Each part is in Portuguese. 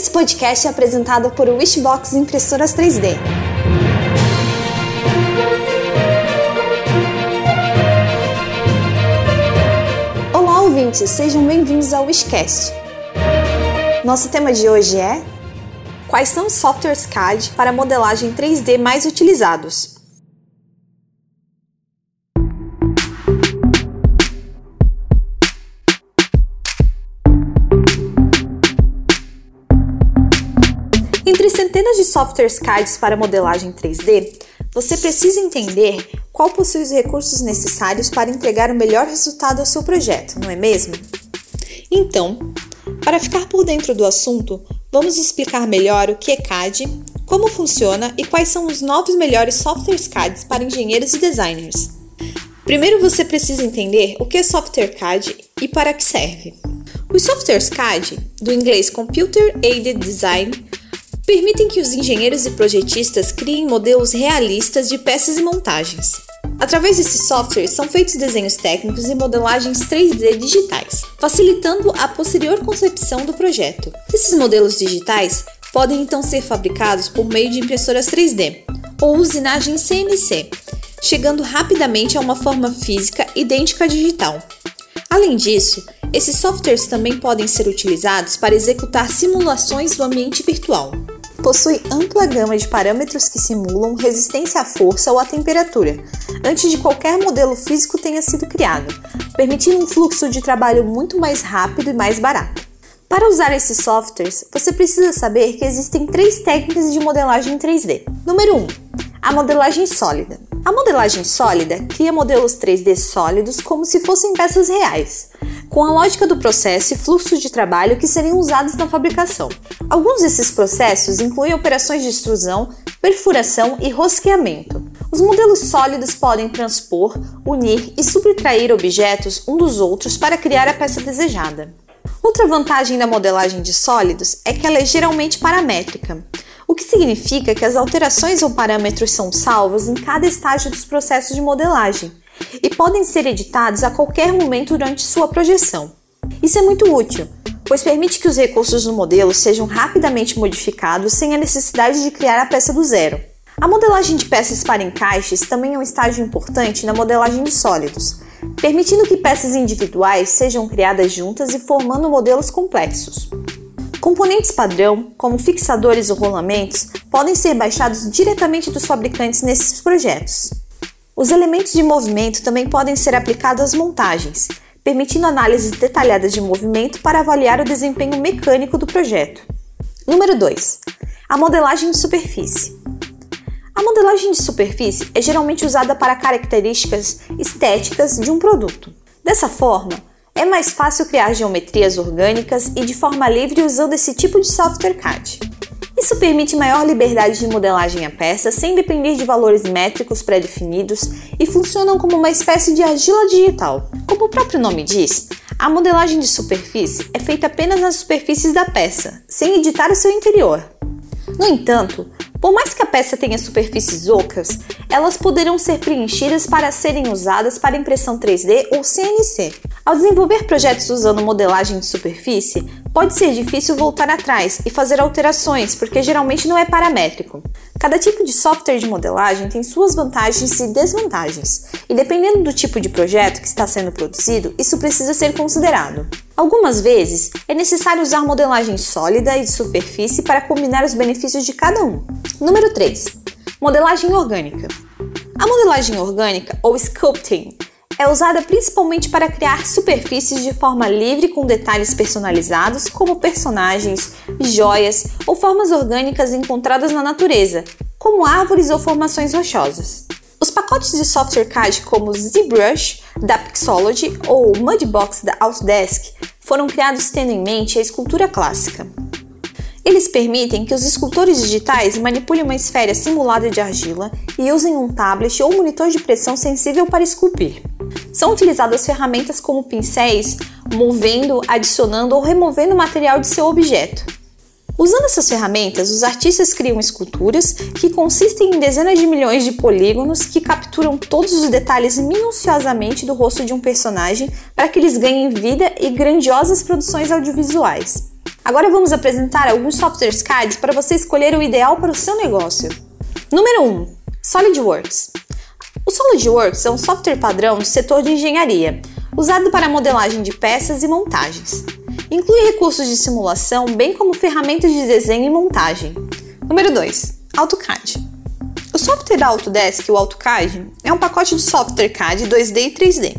Esse podcast é apresentado por Wishbox Impressoras 3D. Olá, ouvintes! Sejam bem-vindos ao Wishcast. Nosso tema de hoje é: quais são os softwares CAD para modelagem 3D mais utilizados? Entre centenas de softwares CAD para modelagem 3D, você precisa entender qual possui os recursos necessários para entregar o melhor resultado ao seu projeto, não é mesmo? Então, para ficar por dentro do assunto, vamos explicar melhor o que é CAD, como funciona e quais são os 9 melhores softwares CAD para engenheiros e designers. Primeiro você precisa entender o que é software CAD e para que serve. Os softwares CAD, do inglês Computer Aided Design, permitem que os engenheiros e projetistas criem modelos realistas de peças e montagens. Através desses softwares são feitos desenhos técnicos e modelagens 3D digitais, facilitando a posterior concepção do projeto. Esses modelos digitais podem então ser fabricados por meio de impressoras 3D ou usinagem CNC, chegando rapidamente a uma forma física idêntica à digital. Além disso, esses softwares também podem ser utilizados para executar simulações do ambiente virtual. Possui ampla gama de parâmetros que simulam resistência à força ou à temperatura, antes de qualquer modelo físico tenha sido criado, permitindo um fluxo de trabalho muito mais rápido e mais barato. Para usar esses softwares, você precisa saber que existem 3 técnicas de modelagem 3D. Número 1. A modelagem sólida. A modelagem sólida cria modelos 3D sólidos como se fossem peças reais, com a lógica do processo e fluxos de trabalho que seriam usados na fabricação. Alguns desses processos incluem operações de extrusão, perfuração e rosqueamento. Os modelos sólidos podem transpor, unir e subtrair objetos um dos outros para criar a peça desejada. Outra vantagem da modelagem de sólidos é que ela é geralmente paramétrica, o que significa que as alterações ou parâmetros são salvos em cada estágio dos processos de modelagem e podem ser editados a qualquer momento durante sua projeção. Isso é muito útil, pois permite que os recursos do modelo sejam rapidamente modificados sem a necessidade de criar a peça do zero. A modelagem de peças para encaixes também é um estágio importante na modelagem de sólidos, permitindo que peças individuais sejam criadas juntas e formando modelos complexos. Componentes padrão, como fixadores ou rolamentos, podem ser baixados diretamente dos fabricantes nesses projetos. Os elementos de movimento também podem ser aplicados às montagens, permitindo análises detalhadas de movimento para avaliar o desempenho mecânico do projeto. Número 2. A modelagem de superfície. A modelagem de superfície é geralmente usada para características estéticas de um produto. Dessa forma, é mais fácil criar geometrias orgânicas e de forma livre usando esse tipo de software CAD. Isso permite maior liberdade de modelagem à peça sem depender de valores métricos pré-definidos e funcionam como uma espécie de argila digital. Como o próprio nome diz, a modelagem de superfície é feita apenas nas superfícies da peça, sem editar o seu interior. No entanto, por mais que a peça tenha superfícies ocas, elas poderão ser preenchidas para serem usadas para impressão 3D ou CNC. Ao desenvolver projetos usando modelagem de superfície, pode ser difícil voltar atrás e fazer alterações, porque geralmente não é paramétrico. Cada tipo de software de modelagem tem suas vantagens e desvantagens, e dependendo do tipo de projeto que está sendo produzido, isso precisa ser considerado. Algumas vezes, é necessário usar modelagem sólida e de superfície para combinar os benefícios de cada um. Número 3. Modelagem orgânica. A modelagem orgânica, ou sculpting, é usada principalmente para criar superfícies de forma livre com detalhes personalizados, como personagens, joias ou formas orgânicas encontradas na natureza, como árvores ou formações rochosas. Os pacotes de software CAD como ZBrush, da Pixology, ou Mudbox, da Autodesk, foram criados tendo em mente a escultura clássica. Eles permitem que os escultores digitais manipulem uma esfera simulada de argila e usem um tablet ou monitor de pressão sensível para esculpir. São utilizadas ferramentas como pincéis, movendo, adicionando ou removendo o material de seu objeto. Usando essas ferramentas, os artistas criam esculturas que consistem em dezenas de milhões de polígonos que capturam todos os detalhes minuciosamente do rosto de um personagem para que eles ganhem vida e grandiosas produções audiovisuais. Agora vamos apresentar alguns softwares CAD para você escolher o ideal para o seu negócio. Número 1. SolidWorks. O SolidWorks é um software padrão do setor de engenharia, usado para modelagem de peças e montagens. Inclui recursos de simulação, bem como ferramentas de desenho e montagem. Número 2. AutoCAD. O software da Autodesk, o AutoCAD, é um pacote de software CAD 2D e 3D.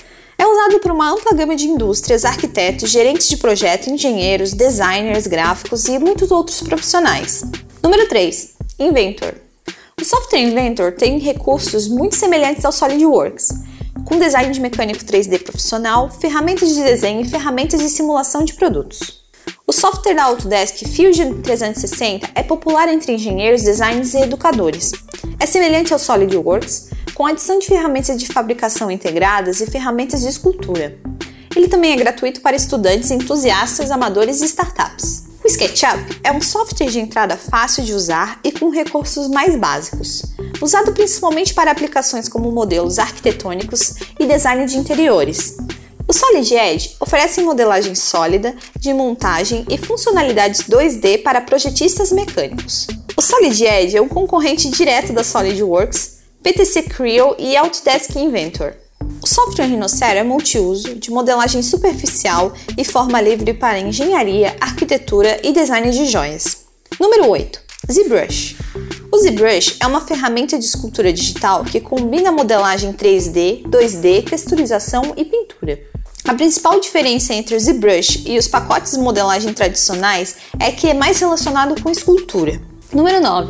É usado por uma ampla gama de indústrias, arquitetos, gerentes de projeto, engenheiros, designers, gráficos e muitos outros profissionais. Número 3. Inventor. O software Inventor tem recursos muito semelhantes ao SolidWorks, com design de mecânico 3D profissional, ferramentas de desenho e ferramentas de simulação de produtos. O software da Autodesk Fusion 360 é popular entre engenheiros, designers e educadores. É semelhante ao SolidWorks, com adição de ferramentas de fabricação integradas e ferramentas de escultura. Ele também é gratuito para estudantes, entusiastas, amadores e startups. O SketchUp é um software de entrada fácil de usar e com recursos mais básicos, usado principalmente para aplicações como modelos arquitetônicos e design de interiores. O Solid Edge oferece modelagem sólida, de montagem e funcionalidades 2D para projetistas mecânicos. O Solid Edge é um concorrente direto da SolidWorks, PTC Creo e Autodesk Inventor. O software Rhinocero é multiuso, de modelagem superficial e forma livre para engenharia, arquitetura e design de joias. Número 8. ZBrush. O ZBrush é uma ferramenta de escultura digital que combina modelagem 3D, 2D, texturização e pintura. A principal diferença entre o ZBrush e os pacotes de modelagem tradicionais é que é mais relacionado com escultura. Número 9.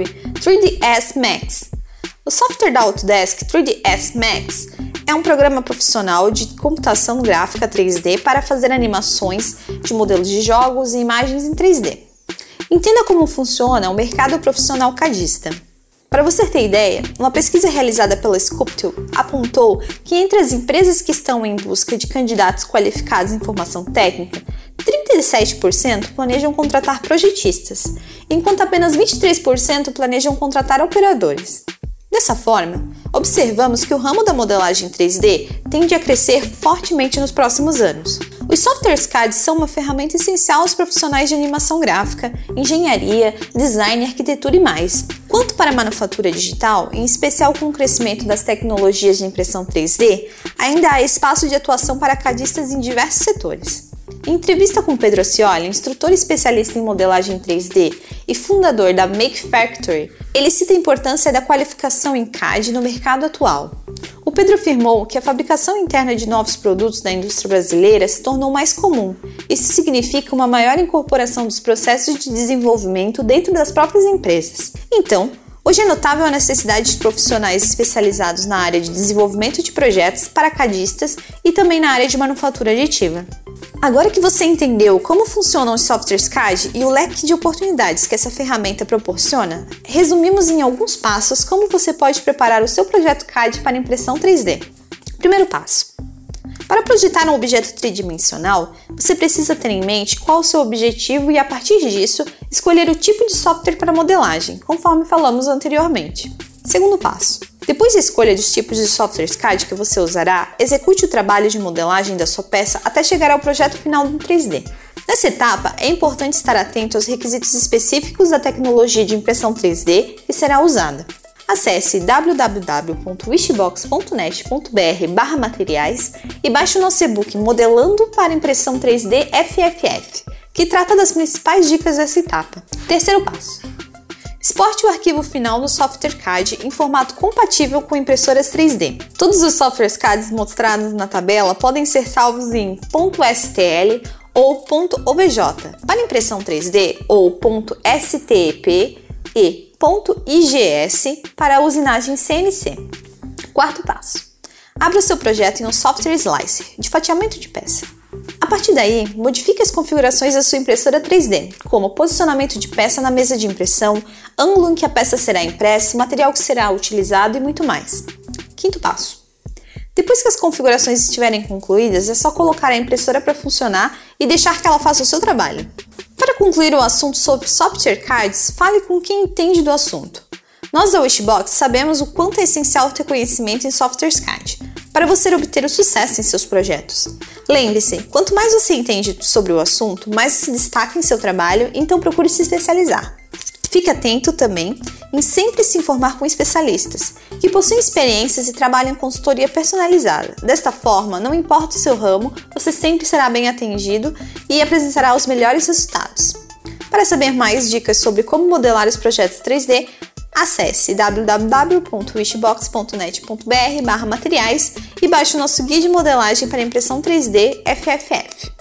3ds Max. O software da Autodesk 3ds Max é um programa profissional de computação gráfica 3D para fazer animações de modelos de jogos e imagens em 3D. Entenda como funciona o mercado profissional cadista. Para você ter ideia, uma pesquisa realizada pela Sculpture apontou que entre as empresas que estão em busca de candidatos qualificados em formação técnica, 37% planejam contratar projetistas, enquanto apenas 23% planejam contratar operadores. Dessa forma, observamos que o ramo da modelagem 3D tende a crescer fortemente nos próximos anos. Os softwares CAD são uma ferramenta essencial aos profissionais de animação gráfica, engenharia, design, arquitetura e mais. Quanto para a manufatura digital, em especial com o crescimento das tecnologias de impressão 3D, ainda há espaço de atuação para cadistas em diversos setores. Em entrevista com Pedro Ascioli, instrutor especialista em modelagem 3D e fundador da Make Factory, ele cita a importância da qualificação em CAD no mercado atual. O Pedro afirmou que a fabricação interna de novos produtos da indústria brasileira se tornou mais comum. Isso significa uma maior incorporação dos processos de desenvolvimento dentro das próprias empresas. Então, hoje é notável a necessidade de profissionais especializados na área de desenvolvimento de projetos para cadistas e também na área de manufatura aditiva. Agora que você entendeu como funcionam os softwares CAD e o leque de oportunidades que essa ferramenta proporciona, resumimos em alguns passos como você pode preparar o seu projeto CAD para impressão 3D. Primeiro passo. Para projetar um objeto tridimensional, você precisa ter em mente qual o seu objetivo e, a partir disso, escolher o tipo de software para modelagem, conforme falamos anteriormente. Segundo passo. Depois da escolha dos tipos de softwares CAD que você usará, execute o trabalho de modelagem da sua peça até chegar ao projeto final do 3D. Nessa etapa, é importante estar atento aos requisitos específicos da tecnologia de impressão 3D que será usada. Acesse www.wishbox.net.br/materiais e baixe o nosso e-book Modelando para Impressão 3D FFF, que trata das principais dicas dessa etapa. Terceiro passo. Exporte o arquivo final do software CAD em formato compatível com impressoras 3D. Todos os softwares CAD mostrados na tabela podem ser salvos em .stl ou .obj, para impressão 3D ou .step e .igs para a usinagem CNC. Quarto passo. Abra o seu projeto em um software Slicer, de fatiamento de peça. A partir daí, modifique as configurações da sua impressora 3D, como posicionamento de peça na mesa de impressão, ângulo em que a peça será impressa, material que será utilizado e muito mais. Quinto passo. Depois que as configurações estiverem concluídas, é só colocar a impressora para funcionar e deixar que ela faça o seu trabalho. Para concluir o assunto sobre software CADs, fale com quem entende do assunto. Nós da Wishbox sabemos o quanto é essencial ter conhecimento em softwares CAD. para você obter o sucesso em seus projetos. Lembre-se, quanto mais você entende sobre o assunto, mais se destaca em seu trabalho, então procure se especializar. Fique atento também em sempre se informar com especialistas, que possuem experiências e trabalham em consultoria personalizada. Desta forma, não importa o seu ramo, você sempre será bem atendido e apresentará os melhores resultados. Para saber mais dicas sobre como modelar os projetos 3D, acesse www.wishbox.net.br/materiais e baixe o nosso guia de modelagem para impressão 3D FFF.